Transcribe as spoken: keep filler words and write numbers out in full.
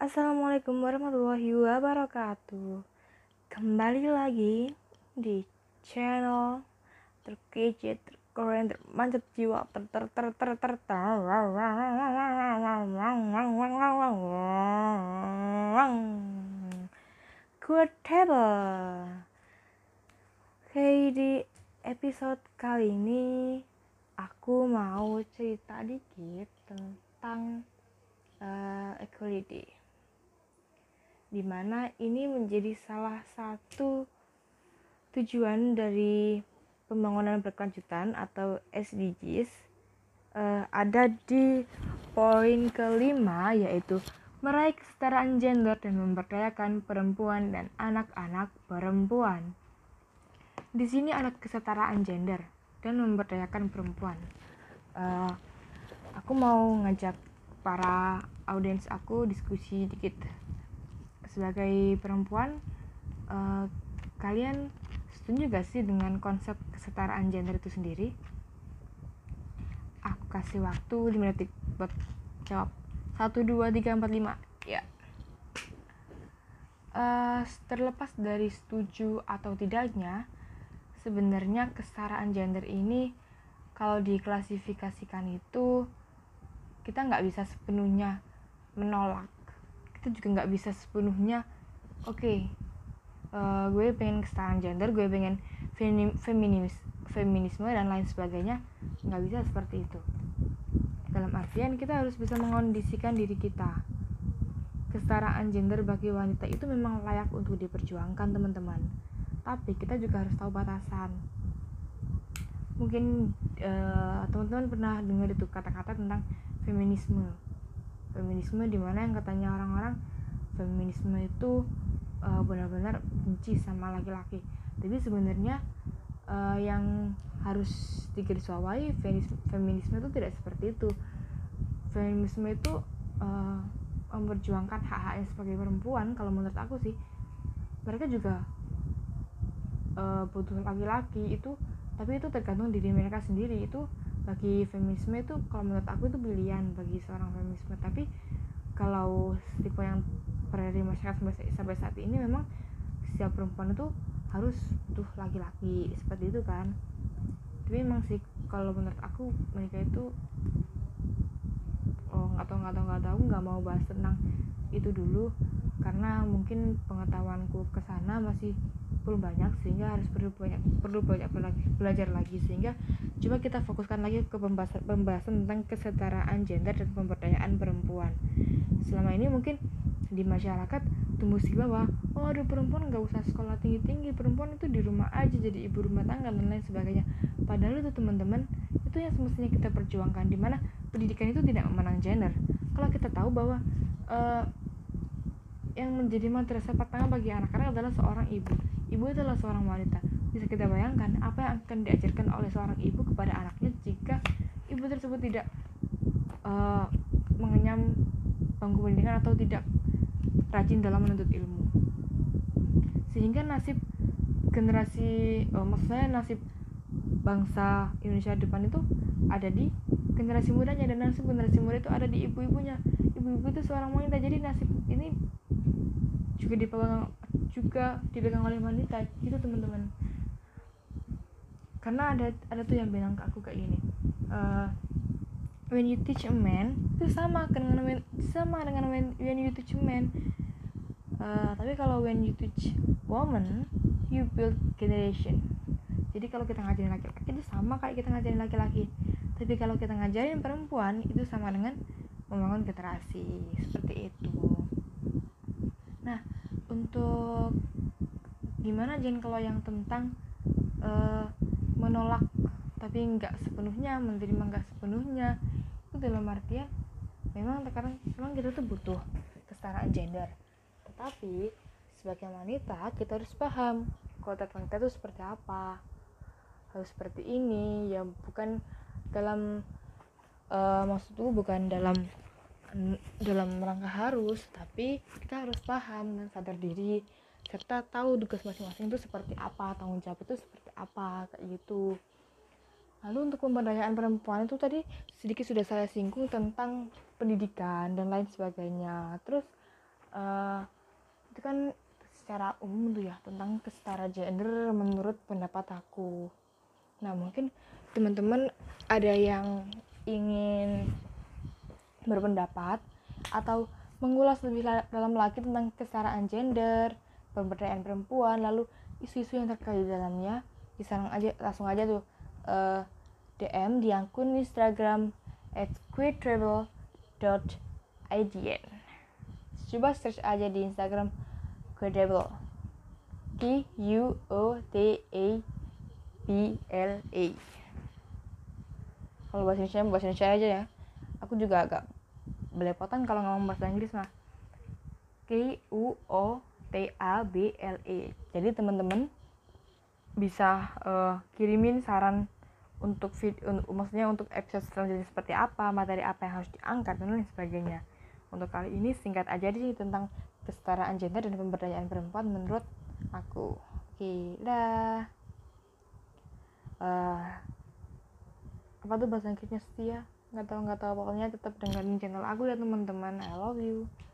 Assalamualaikum warahmatullahi wabarakatuh. Kembali lagi di channel terkece, terkeren, termanjat jiwa, ter ter ter ter ter ter Good table. Oke, di episode kali ini aku mau cerita dikit tentang uh, equality, dimana ini menjadi salah satu tujuan dari pembangunan berkelanjutan atau S D Gs. Uh, ada di poin kelima, yaitu meraih kesetaraan gender dan memberdayakan perempuan dan anak-anak perempuan. Di sini ada kesetaraan gender dan memberdayakan perempuan. Uh, aku mau ngajak para audiens aku diskusi dikit. Sebagai perempuan, uh, kalian setuju gak sih dengan konsep kesetaraan gender itu sendiri? Aku kasih waktu lima detik buat jawab. Satu, dua, tiga, empat, lima. Ya. Uh, terlepas dari setuju atau tidaknya, sebenarnya kesetaraan gender ini kalau diklasifikasikan itu kita nggak bisa sepenuhnya menolak. Kita juga nggak bisa sepenuhnya oke okay, uh, gue pengen kesetaraan gender, gue pengen feminis, feminisme dan lain sebagainya. Nggak bisa seperti itu. Dalam artian kita harus bisa mengondisikan diri kita. Kesetaraan gender bagi wanita itu memang layak untuk diperjuangkan, teman-teman, tapi kita juga harus tahu batasan. Mungkin uh, teman-teman pernah dengar itu kata-kata tentang feminisme feminisme dimana yang katanya orang-orang feminisme itu uh, benar-benar benci sama laki-laki. Tapi sebenarnya uh, yang harus digarisbawahi, feminisme itu tidak seperti itu. Feminisme itu uh, memperjuangkan hak-haknya sebagai perempuan. Kalau menurut aku sih, mereka juga uh, butuh laki-laki itu, tapi itu tergantung diri mereka sendiri. Itu bagi feminisme itu, kalau menurut aku itu pilihan bagi seorang feminisme. Tapi kalau tipe yang berada di masyarakat sampai saat ini, memang setiap perempuan itu harus butuh laki-laki seperti itu kan. Tapi memang sih kalau menurut aku mereka itu oh nggak tahu nggak tahu nggak tahu nggak mau bahas tentang itu dulu karena mungkin pengetahuanku kesana masih belum banyak, sehingga harus perlu banyak perlu banyak belajar lagi. Sehingga coba kita fokuskan lagi ke pembahasan, pembahasan tentang kesetaraan gender dan pemberdayaan perempuan. Selama ini mungkin di masyarakat tumbuh stigma bahwa oh ada perempuan nggak usah sekolah tinggi-tinggi, perempuan itu di rumah aja jadi ibu rumah tangga dan lain sebagainya. Padahal itu teman-teman, itu yang semestinya kita perjuangkan, dimana pendidikan itu tidak memandang gender. Kalau kita tahu bahwa uh, yang menjadi madrasah pertama bagi anak-anak adalah seorang ibu. Ibu adalah seorang wanita. Bisa kita bayangkan apa yang akan diajarkan oleh seorang ibu kepada anaknya jika ibu tersebut tidak uh, mengenyam bangku pendidikan atau tidak rajin dalam menuntut ilmu. Sehingga nasib generasi, uh, maksudnya nasib bangsa Indonesia depan itu ada di generasi mudanya, dan nasib generasi muda itu ada di ibu-ibunya. Ibu-ibu itu seorang wanita, jadi nasib ini juga dipegang juga dipegang oleh wanita gitu, teman-teman. Karena ada ada tuh yang bilang ke aku kayak gini, uh, when you teach a man itu sama dengan when, sama dengan when, when you teach a man. Uh, tapi kalau when you teach woman, you build generation. Jadi kalau kita ngajarin laki-laki itu sama kayak kita ngajarin laki-laki. Tapi kalau kita ngajarin perempuan itu sama dengan membangun generasi. Seperti itu. Nah, untuk gimana Jen kalau yang tentang uh, menolak tapi nggak sepenuhnya, menerima nggak sepenuhnya, itu dalam artian memang sekarang memang kita tuh butuh kesetaraan gender. Tetapi sebagai wanita kita harus paham konteks wanita itu seperti apa, harus seperti ini ya, bukan dalam uh, maksudku bukan dalam dalam rangka harus, tapi kita harus paham dan sadar diri serta tahu tugas masing-masing itu seperti apa, tanggung jawab itu seperti apa, kayak gitu. Lalu untuk pemberdayaan perempuan itu tadi sedikit sudah saya singgung tentang pendidikan dan lain sebagainya. Terus uh, itu kan secara umum tuh ya tentang kesetaraan gender menurut pendapat aku. Nah mungkin teman-teman ada yang ingin berpendapat atau mengulas lebih dalam lagi tentang kesetaraan gender, pemberdayaan perempuan, lalu isu-isu yang terkait di dalamnya, bisa aja langsung aja tuh uh, D M di akun Instagram at queertravel dot i d n. Coba search aja di Instagram queertravel, Q U O T A B L A. Kalau bahasa Indonesia bahasa Indonesia aja ya. Aku juga agak belepotan kalau ngomong bahasa Inggris mah. Q U O T A B L E. Jadi teman-teman bisa uh, kirimin saran untuk video, maksudnya untuk episode selanjutnya seperti apa, materi apa yang harus diangkat dan lain sebagainya. Untuk kali ini singkat aja sih tentang kesetaraan gender dan pemberdayaan perempuan menurut aku. Oke, dah. Uh, apa tuh bahasa Inggrisnya setia? Nggak tahu nggak tahu pokoknya tetap dengerin channel aku ya teman-teman. I love you.